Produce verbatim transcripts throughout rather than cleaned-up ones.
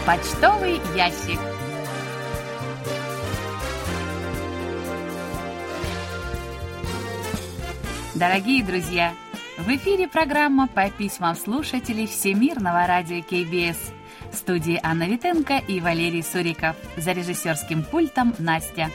Почтовый ящик. Дорогие друзья, в эфире программа по письмам слушателей Всемирного радио кей би эс. В студии Анна Витенко и Валерий Суриков. За режиссерским пультом Настя.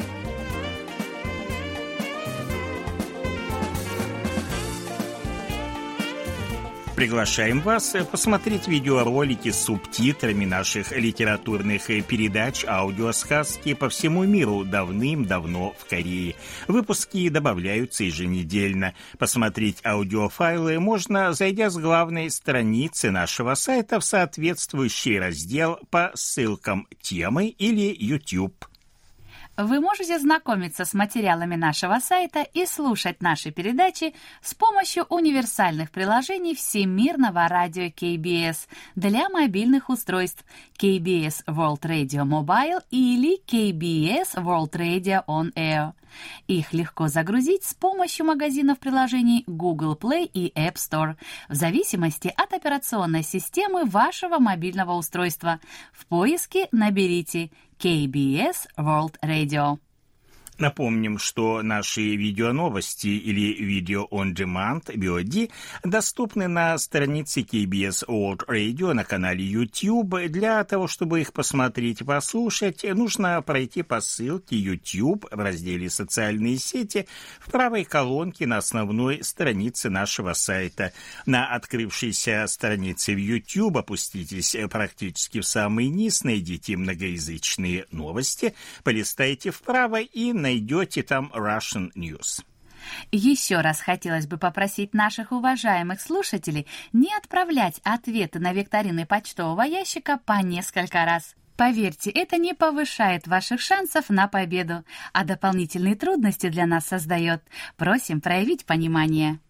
Приглашаем вас посмотреть видеоролики с субтитрами наших литературных передач «Аудиосказки по всему миру давным-давно в Корее». Выпуски добавляются еженедельно. Посмотреть аудиофайлы можно, зайдя с главной страницы нашего сайта в соответствующий раздел по ссылкам темы или YouTube. Вы можете знакомиться с материалами нашего сайта и слушать наши передачи с помощью универсальных приложений Всемирного радио кей би эс для мобильных устройств кей би эс World Radio Mobile или кей би эс World Radio On Air. Их легко загрузить с помощью магазинов приложений Google Play и App Store, в зависимости от операционной системы вашего мобильного устройства. В поиске наберите кей би эс World Radio. Напомним, что наши видеоновости или видео on demand, ви о ди, доступны на странице кей би эс World Radio на канале YouTube. Для того, чтобы их посмотреть и послушать, нужно пройти по ссылке YouTube в разделе «Социальные сети» в правой колонке на основной странице нашего сайта. На открывшейся странице в YouTube опуститесь практически в самый низ, найдите многоязычные новости, полистайте вправо и найдите найдете там Russian News. Еще раз хотелось бы попросить наших уважаемых слушателей не отправлять ответы на викторины почтового ящика по несколько раз. Поверьте, это не повышает ваших шансов на победу, а дополнительные трудности для нас создает. Просим проявить понимание.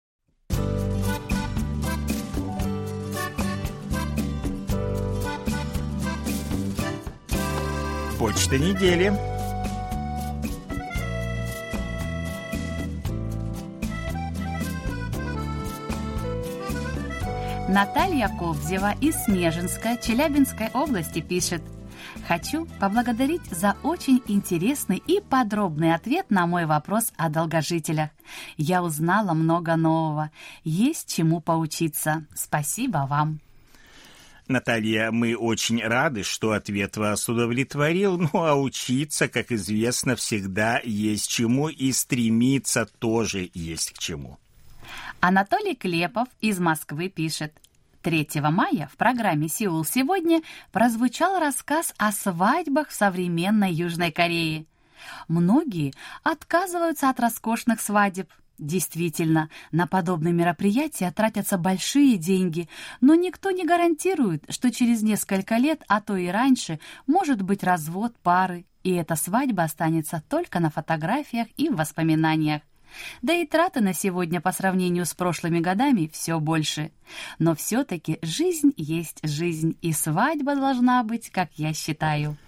Почта недели. Наталья Кобзева из Снежинска, Челябинской области пишет: «Хочу поблагодарить за очень интересный и подробный ответ на мой вопрос о долгожителях. Я узнала много нового. Есть чему поучиться. Спасибо вам». Наталья, мы очень рады, что ответ вас удовлетворил, ну а учиться, как известно, всегда есть чему, и стремиться тоже есть к чему. Анатолий Клепов из Москвы пишет: третьего мая в программе «Сеул сегодня» прозвучал рассказ о свадьбах в современной Южной Корее. Многие отказываются от роскошных свадеб. Действительно, на подобные мероприятия тратятся большие деньги, но никто не гарантирует, что через несколько лет, а то и раньше, может быть развод пары, и эта свадьба останется только на фотографиях и в воспоминаниях. Да и траты на сегодня по сравнению с прошлыми годами все больше. Но все-таки жизнь есть жизнь, и свадьба должна быть, как я считаю.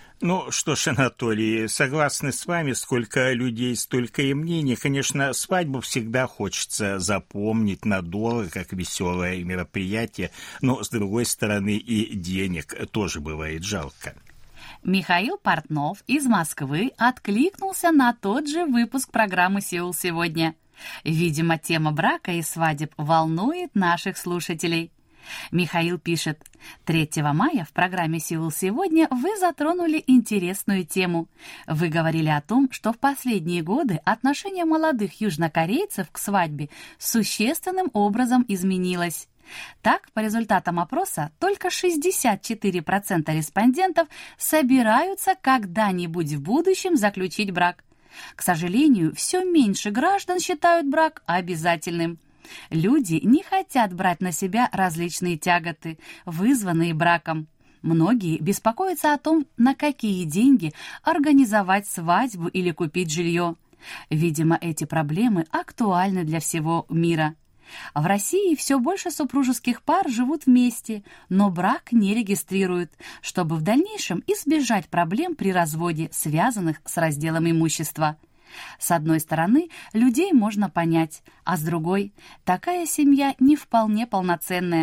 Ну что ж, Анатолий, согласны с вами, сколько людей, столько и мнений. Конечно, свадьбу всегда хочется запомнить надолго, как веселое мероприятие, но, с другой стороны, и денег тоже бывает жалко. Михаил Портнов из Москвы откликнулся на тот же выпуск программы «Сеул сегодня». Видимо, тема брака и свадеб волнует наших слушателей. Михаил пишет: третьего мая в программе «Сеул сегодня» вы затронули интересную тему. Вы говорили о том, что в последние годы отношение молодых южнокорейцев к свадьбе существенным образом изменилось. Так, по результатам опроса, только шестьдесят четыре процента респондентов собираются когда-нибудь в будущем заключить брак. К сожалению, все меньше граждан считают брак обязательным. Люди не хотят брать на себя различные тяготы, вызванные браком. Многие беспокоятся о том, на какие деньги организовать свадьбу или купить жилье. Видимо, эти проблемы актуальны для всего мира. В России все больше супружеских пар живут вместе, но брак не регистрируют, чтобы в дальнейшем избежать проблем при разводе, связанных с разделом имущества. С одной стороны, людей можно понять, а с другой, такая семья не вполне полноценная.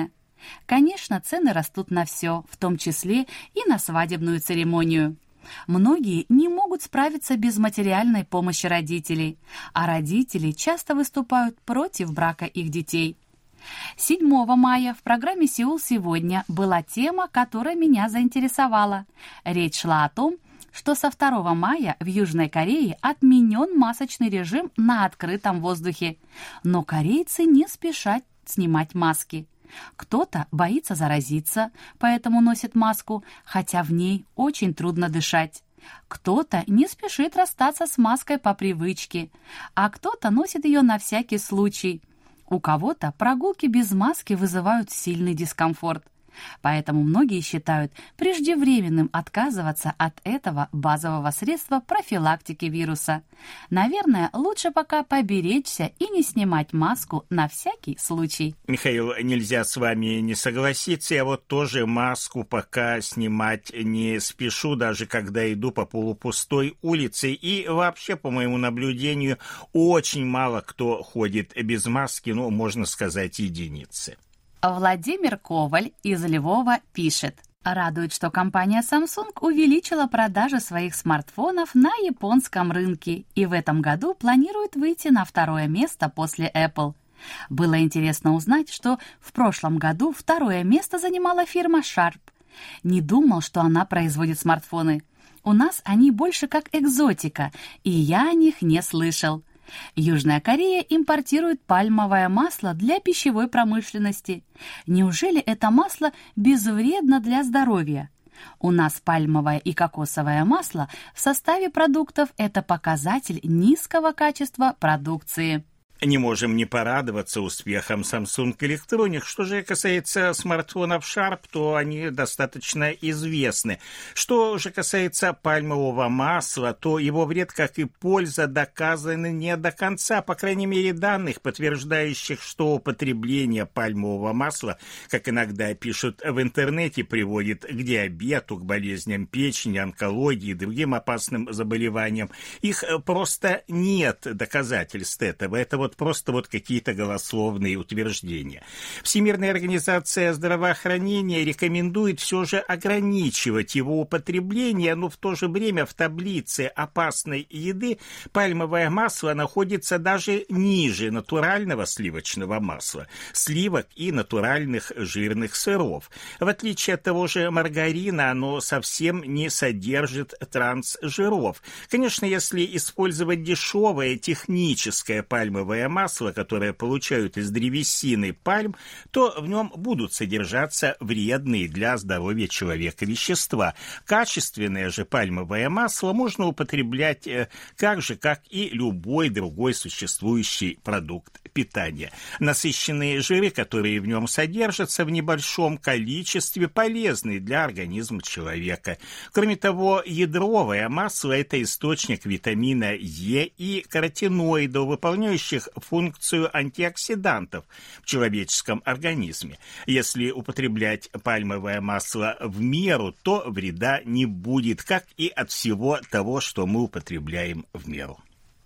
Конечно, цены растут на все, в том числе и на свадебную церемонию. Многие не могут справиться без материальной помощи родителей, а родители часто выступают против брака их детей. седьмого мая в программе «Сеул сегодня» была тема, которая меня заинтересовала. Речь шла о том, что со второго мая в Южной Корее отменен масочный режим на открытом воздухе, но корейцы не спешат снимать маски. Кто-то боится заразиться, поэтому носит маску, хотя в ней очень трудно дышать. Кто-то не спешит расстаться с маской по привычке, а кто-то носит ее на всякий случай. У кого-то прогулки без маски вызывают сильный дискомфорт. Поэтому многие считают преждевременным отказываться от этого базового средства профилактики вируса. Наверное, лучше пока поберечься и не снимать маску на всякий случай. Михаил, нельзя с вами не согласиться. Я вот тоже маску пока снимать не спешу, даже когда иду по полупустой улице. И вообще, по моему наблюдению, очень мало кто ходит без маски, ну, можно сказать, единицы. Владимир Коваль из Львова пишет. Радует, что компания Samsung увеличила продажи своих смартфонов на японском рынке и в этом году планирует выйти на второе место после Apple. Было интересно узнать, что в прошлом году второе место занимала фирма Sharp. Не думал, что она производит смартфоны. У нас они больше как экзотика, и я о них не слышал. Южная Корея импортирует пальмовое масло для пищевой промышленности. Неужели это масло безвредно для здоровья? У нас пальмовое и кокосовое масло в составе продуктов – это показатель низкого качества продукции. Не можем не порадоваться успехам Samsung Electronics. Что же касается смартфонов Sharp, то они достаточно известны. Что же касается пальмового масла, то его вред, как и польза, доказаны не до конца. По крайней мере, данных, подтверждающих, что употребление пальмового масла, как иногда пишут в интернете, приводит к диабету, к болезням печени, онкологии и другим опасным заболеваниям. Их просто нет доказательств этого. Это вот просто вот какие-то голословные утверждения. Всемирная организация здравоохранения рекомендует все же ограничивать его употребление, но в то же время в таблице опасной еды пальмовое масло находится даже ниже натурального сливочного масла, сливок и натуральных жирных сыров. В отличие от того же маргарина, оно совсем не содержит трансжиров. Конечно, если использовать дешевое техническое пальмовое масло, которое получают из древесины пальм, то в нем будут содержаться вредные для здоровья человека вещества. Качественное же пальмовое масло можно употреблять так же, как и любой другой существующий продукт питания. Насыщенные жиры, которые в нем содержатся в небольшом количестве, полезны для организма человека. Кроме того, ядровое масло – это источник витамина Е и каротиноидов, выполняющих функцию антиоксидантов в человеческом организме. Если употреблять пальмовое масло в меру, то вреда не будет, как и от всего того, что мы употребляем в меру.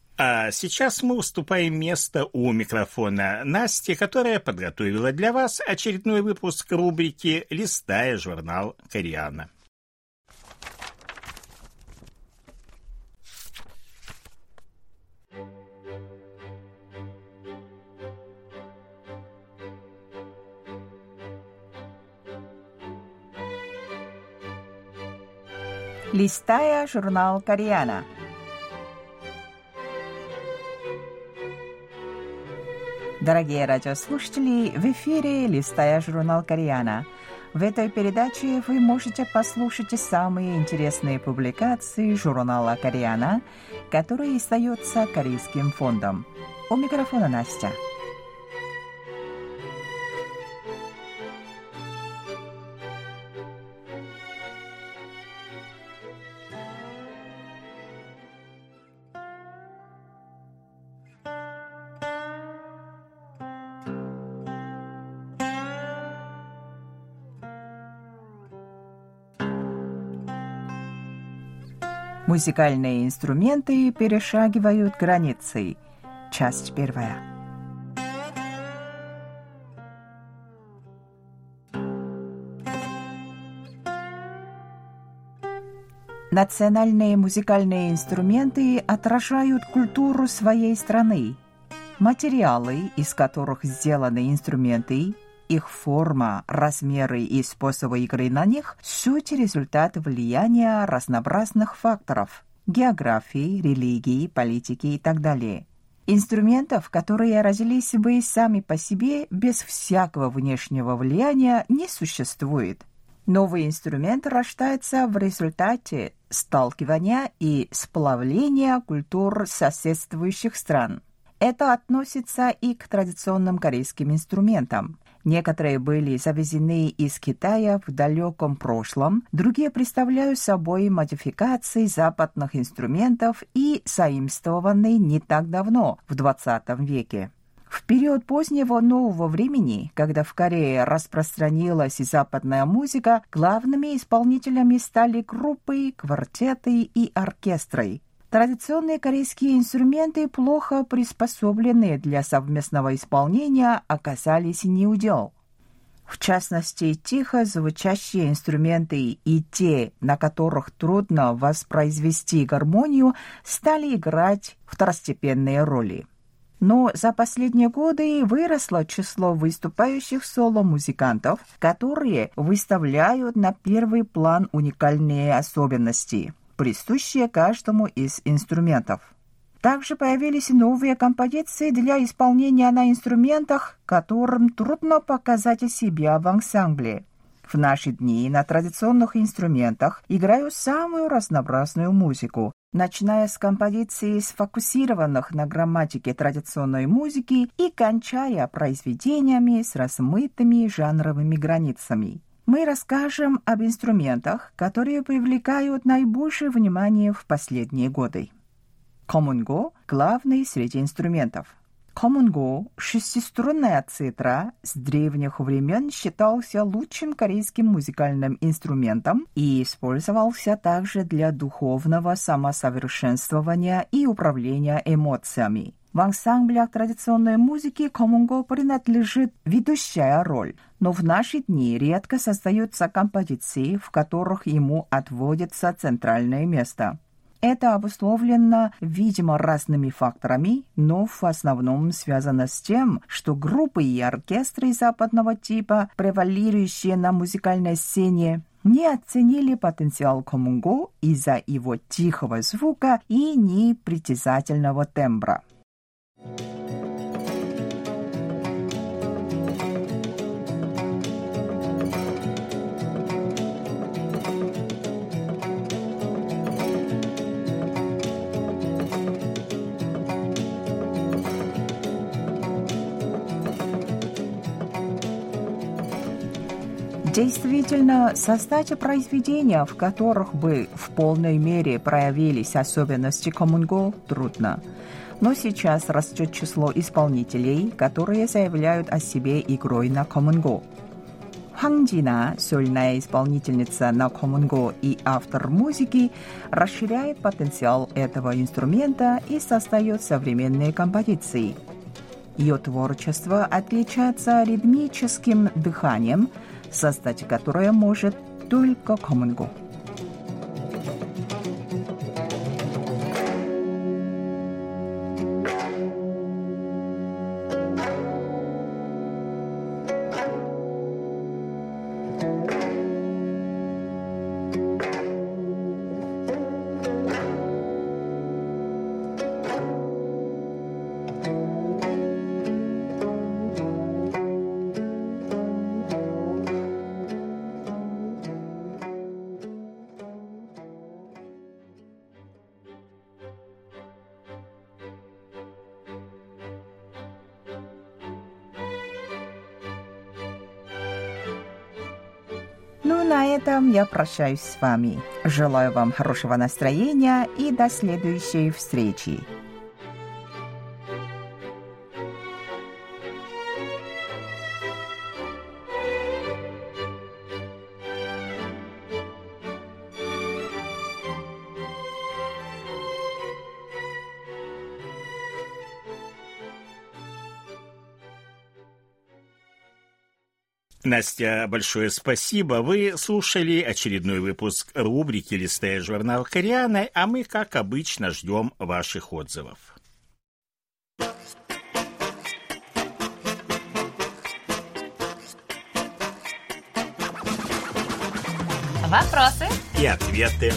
А сейчас мы уступаем место у микрофона Насте, которая подготовила для вас очередной выпуск рубрики «Листая журнал Кореяна». Листая журнал Кореяна. Дорогие радиослушатели, в эфире «Листая журнал Кореяна». В этой передаче вы можете послушать самые интересные публикации журнала Кореяна, который издается Корейским фондом. У микрофона Настя. Музыкальные инструменты перешагивают границы. Часть первая. Национальные музыкальные инструменты отражают культуру своей страны. Материалы, из которых сделаны инструменты, их форма, размеры и способы игры на них – суть результат влияния разнообразных факторов – географии, религии, политики и так далее. Инструментов, которые родились бы сами по себе без всякого внешнего влияния, не существует. Новый инструмент рождается в результате сталкивания и сплавления культур соседствующих стран. Это относится и к традиционным корейским инструментам. Некоторые были завезены из Китая в далеком прошлом, другие представляют собой модификации западных инструментов и заимствованные не так давно, в двадцатом веке. В период позднего нового времени, когда в Корее распространилась западная музыка, главными исполнителями стали группы, квартеты и оркестры. Традиционные корейские инструменты, плохо приспособленные для совместного исполнения, оказались неудел. В частности, тихо звучащие инструменты и те, на которых трудно воспроизвести гармонию, стали играть второстепенные роли. Но за последние годы выросло число выступающих соло-музыкантов, которые выставляют на первый план уникальные особенности, присущие каждому из инструментов. Также появились новые композиции для исполнения на инструментах, которым трудно показать себя в ансамбле. В наши дни на традиционных инструментах играют самую разнообразную музыку, начиная с композиций, сфокусированных на грамматике традиционной музыки и кончая произведениями с размытыми жанровыми границами. Мы расскажем об инструментах, которые привлекают наибольшее внимание в последние годы. Комунго – главный среди инструментов. Комунго – шестиструнная цитра, с древних времен считался лучшим корейским музыкальным инструментом и использовался также для духовного самосовершенствования и управления эмоциями. В ансамблях традиционной музыки комунго принадлежит ведущая роль, но в наши дни редко создаются композиции, в которых ему отводится центральное место. Это обусловлено, видимо, разными факторами, но в основном связано с тем, что группы и оркестры западного типа, превалирующие на музыкальной сцене, не оценили потенциал комунго из-за его тихого звука и непритязательного тембра. Действительно, создать произведения, в которых бы в полной мере проявились особенности комунго, трудно. Но сейчас растет число исполнителей, которые заявляют о себе игрой на комунго. Хвангжина, сольная исполнительница на комунго и автор музыки, расширяет потенциал этого инструмента и создает современные композиции. Ее творчество отличается ритмическим дыханием, создать которое может только комунго. Ну, на этом я прощаюсь с вами. Желаю вам хорошего настроения и до следующей встречи. Настя, большое спасибо. Вы слушали очередной выпуск рубрики «Листая журнал Кореана», а мы, как обычно, ждем ваших отзывов. Вопросы и ответы.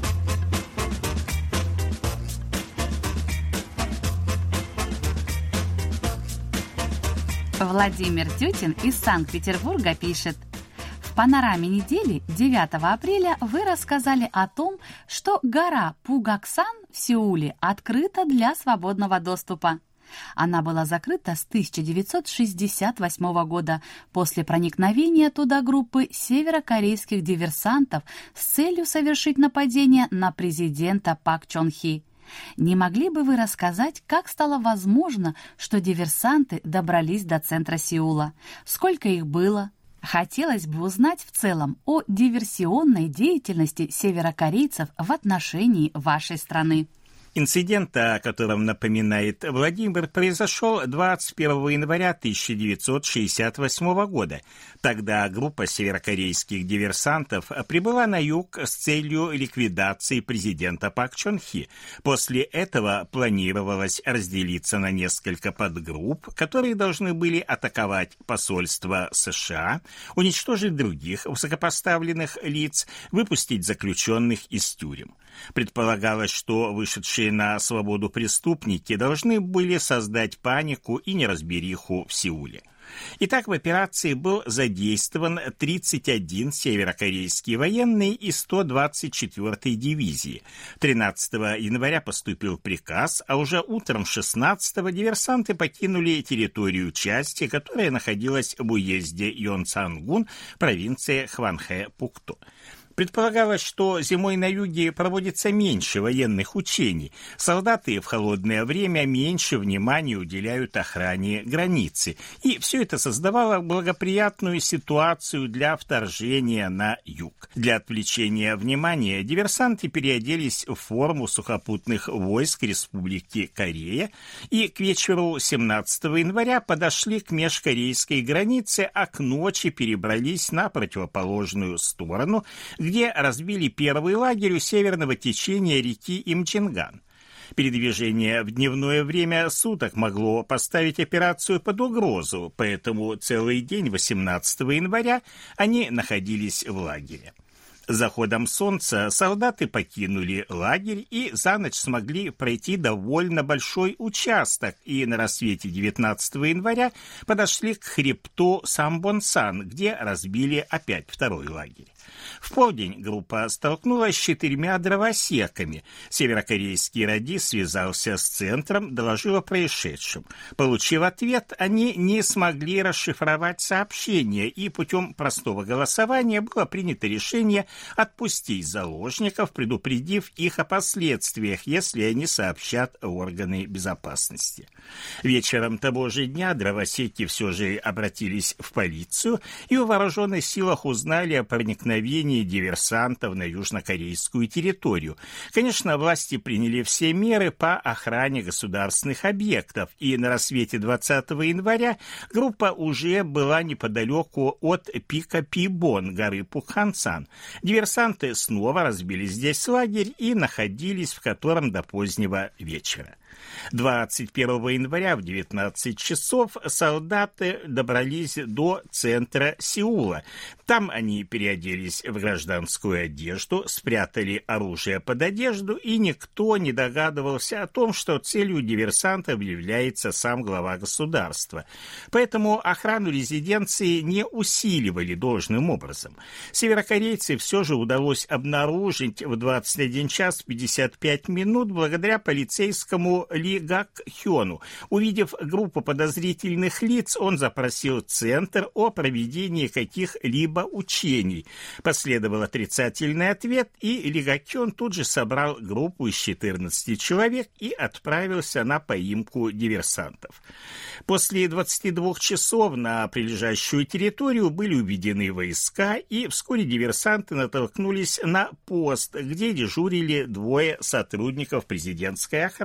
Владимир Тютин из Санкт-Петербурга пишет: в панораме недели девятого апреля вы рассказали о том, что гора Пугаксан в Сеуле открыта для свободного доступа. Она была закрыта с тысяча девятьсот шестьдесят восьмого года после проникновения туда группы северокорейских диверсантов с целью совершить нападение на президента Пак Чон Хи. Не могли бы вы рассказать, как стало возможно, что диверсанты добрались до центра Сеула? Сколько их было? Хотелось бы узнать в целом о диверсионной деятельности северокорейцев в отношении вашей страны. Инцидент, о котором напоминает Владимир, произошел двадцать первого января тысяча девятьсот шестьдесят восьмого года. Тогда группа северокорейских диверсантов прибыла на юг с целью ликвидации президента Пак Чон Хи. После этого планировалось разделиться на несколько подгрупп, которые должны были атаковать посольство США, уничтожить других высокопоставленных лиц, выпустить заключенных из тюрем. Предполагалось, что вышедшие на свободу преступники должны были создать панику и неразбериху в Сеуле. Итак, в операции был задействован тридцать один северокорейский военный из сто двадцать четвёртой дивизии. тринадцатого января поступил приказ, а уже утром шестнадцатого диверсанты покинули территорию части, которая находилась в уезде Йонсангун, провинция Хванхэ-Пукто. Предполагалось, что зимой на юге проводится меньше военных учений. Солдаты в холодное время меньше внимания уделяют охране границы. И все это создавало благоприятную ситуацию для вторжения на юг. Для отвлечения внимания диверсанты переоделись в форму сухопутных войск Республики Корея и к вечеру семнадцатого января подошли к межкорейской границе, а к ночи перебрались на противоположную сторону, где разбили первый лагерь у северного течения реки Имчинган. Передвижение в дневное время суток могло поставить операцию под угрозу, поэтому целый день восемнадцатого января они находились в лагере. С заходом солнца солдаты покинули лагерь и за ночь смогли пройти довольно большой участок и на рассвете девятнадцатого января подошли к хребту Самбонсан, где разбили опять второй лагерь. В полдень группа столкнулась с четырьмя дровосеками. Северокорейский радист связался с центром, доложил о происшедшем. Получив ответ, они не смогли расшифровать сообщение, и путем простого голосования было принято решение отпустить заложников, предупредив их о последствиях, если они сообщат в органы безопасности. Вечером того же дня дровосеки все же обратились в полицию и в вооруженных силах узнали о проникновении диверсантов на южнокорейскую территорию. Конечно, власти приняли все меры по охране государственных объектов, и на рассвете двадцатого января группа уже была неподалеку от пика Пибон, горы Пукхансан. Диверсанты снова разбили здесь лагерь и находились в котором до позднего вечера. двадцать первого января в девятнадцать часов солдаты добрались до центра Сеула. Там они переоделись в гражданскую одежду, спрятали оружие под одежду, и никто не догадывался о том, что целью диверсантов является сам глава государства. Поэтому охрану резиденции не усиливали должным образом. Северокорейцы все же удалось обнаружить в двадцать один час пятьдесят пять минут благодаря полицейскому Ли Гак Хёну. Увидев группу подозрительных лиц, он запросил Центр о проведении каких-либо учений. Последовал отрицательный ответ, и Ли Гак Хён тут же собрал группу из четырнадцати человек и отправился на поимку диверсантов. После двадцати двух часов на прилежащую территорию были уведены войска, и вскоре диверсанты натолкнулись на пост, где дежурили двое сотрудников президентской охраны.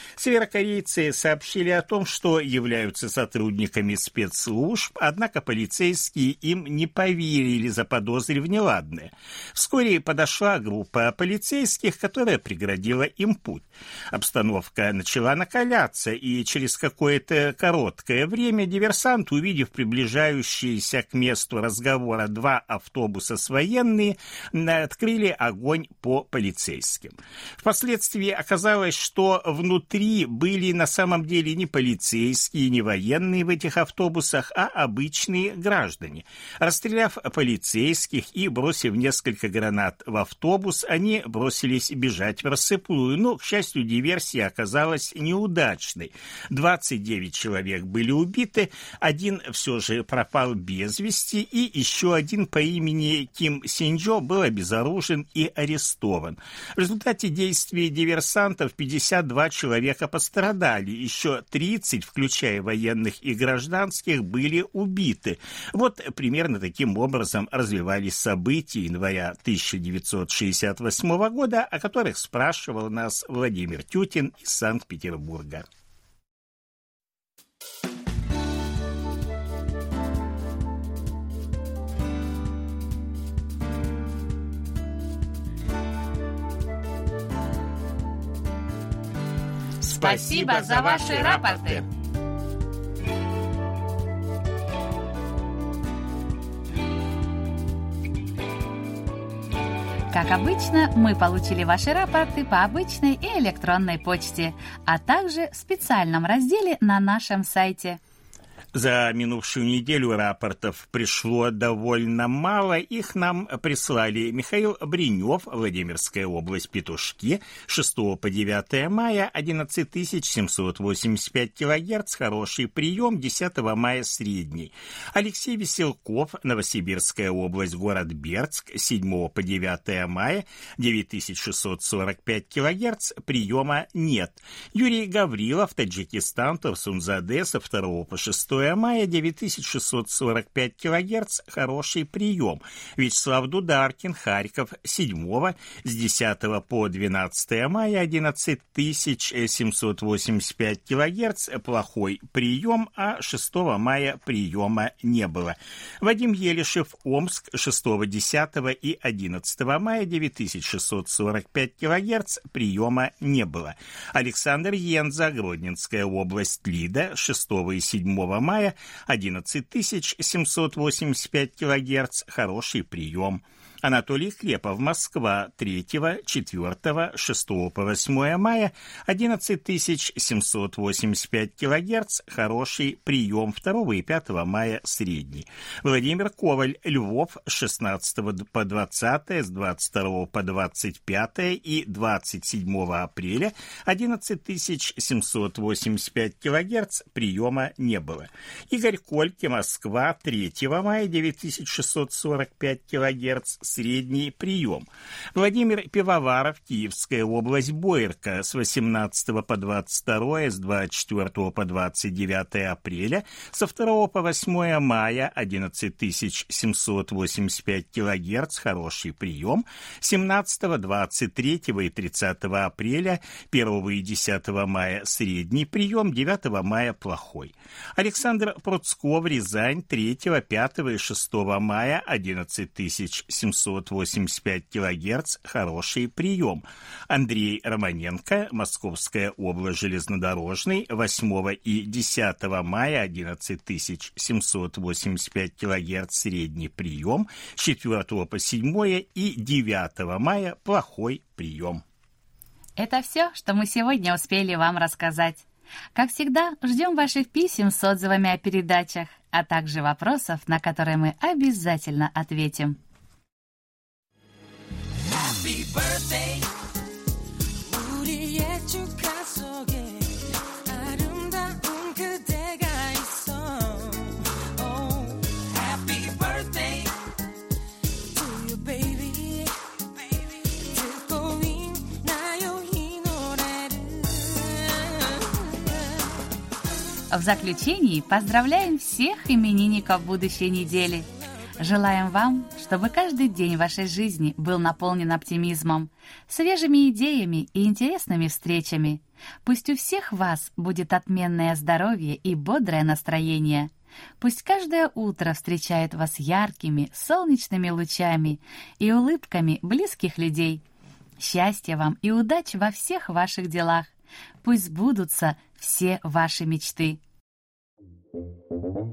Северокорейцы сообщили о том, что являются сотрудниками спецслужб, однако полицейские им не поверили, заподозрив неладное. Вскоре подошла группа полицейских, которая преградила им путь. Обстановка начала накаляться, и через какое-то короткое время диверсанты, увидев приближающиеся к месту разговора два автобуса с военными, открыли огонь по полицейским. Впоследствии оказалось, что внутри были на самом деле не полицейские, не военные в этих автобусах, а обычные граждане. Расстреляв полицейских и бросив несколько гранат в автобус, они бросились бежать в рассыпную, но, к счастью, диверсия оказалась неудачной. двадцать девять человек были убиты, один все же пропал без вести, и еще один по имени Ким Синджо был обезоружен и арестован. В результате действий диверсантов пятьдесят два человека пострадали, еще тридцать, включая военных и гражданских, были убиты. Вот примерно таким образом развивались события января тысяча девятьсот шестьдесят восьмого года, о которых спрашивал нас Владимир Тютин из Санкт-Петербурга. Спасибо за ваши рапорты. Как обычно, мы получили ваши рапорты по обычной и электронной почте, а также в специальном разделе на нашем сайте. За минувшую неделю рапортов пришло довольно мало. Их нам прислали Михаил Бринев, Владимирская область, Петушки, шестого по девятое мая, одиннадцать тысяч семьсот восемьдесят пять килогерц, хороший прием, десятого мая средний. Алексей Веселков, Новосибирская область, город Бердск, седьмого по девятое мая, девять тысяч шестьсот сорок пять килогерц, приема нет. Юрий Гаврилов, Таджикистан, Турсунзаде, со второго по шестое мая, девять тысяч шестьсот сорок пять килогерц, хороший прием. Вячеслав Дударкин, Харьков, седьмого, с десятого по двенадцатое мая, одиннадцать тысяч семьсот восемьдесят пять килогерц, плохой прием, а шестого мая приема не было. Вадим Елишев, Омск, шестого, десятого и одиннадцатого мая, девять тысяч шестьсот сорок пять килогерц, приема не было. Александр Енза, Гродненская область, Лида, шестого и седьмого мая, одиннадцать тысяч семьсот восемьдесят пять килогерц, хороший прием. Анатолий Клепов, Москва, третьего, четвертого, шестого по восьмое мая, одиннадцать тысяч семьсот восемьдесят пять килогерц, хороший прием, второго и пятого мая средний. Владимир Коваль, Львов, с шестнадцатого по двадцатое, с двадцать второго по двадцать пятое и двадцать седьмого апреля, одиннадцать тысяч семьсот восемьдесят пять килогерц, приема не было. Игорь Кольки, Москва, третьего мая, девять тысяч шестьсот сорок пять килогерц, средний прием. Владимир Пивоваров, Киевская область, Боярка, с восемнадцатого по двадцать второе, с двадцать четвертого по двадцать девятое апреля, со второго по восьмое мая, одиннадцать тысяч семьсот восемьдесят пять килогерц, хороший прием, семнадцатого, двадцать третьего и тридцатого апреля, первого и десятого мая средний прием, девятого мая плохой. Александр Пруцков, Рязань, третьего, пятого и шестого мая, одиннадцать тысяч семьсот восемьдесят пять килогерц, хороший прием. Андрей Романенко, Московская область, железнодорожный, восьмого и десятого мая, одиннадцать тысяч семьсот восемьдесят пять килогерц, средний прием, с четвертого по седьмое и девятого мая плохой прием. Это все, что мы сегодня успели вам рассказать. Как всегда, ждем ваших писем с отзывами о передачах, а также вопросов, на которые мы обязательно ответим. Happy birthday, 우리의 축하 속에 아름다운 그대가 있어. Oh, happy birthday to you, baby. 듣고 있나요 이 노래를? В заключении поздравляем всех именинников будущей недели. Желаем вам, чтобы каждый день вашей жизни был наполнен оптимизмом, свежими идеями и интересными встречами. Пусть у всех вас будет отменное здоровье и бодрое настроение. Пусть каждое утро встречает вас яркими, солнечными лучами и улыбками близких людей. Счастья вам и удач во всех ваших делах. Пусть сбудутся все ваши мечты. Thank you.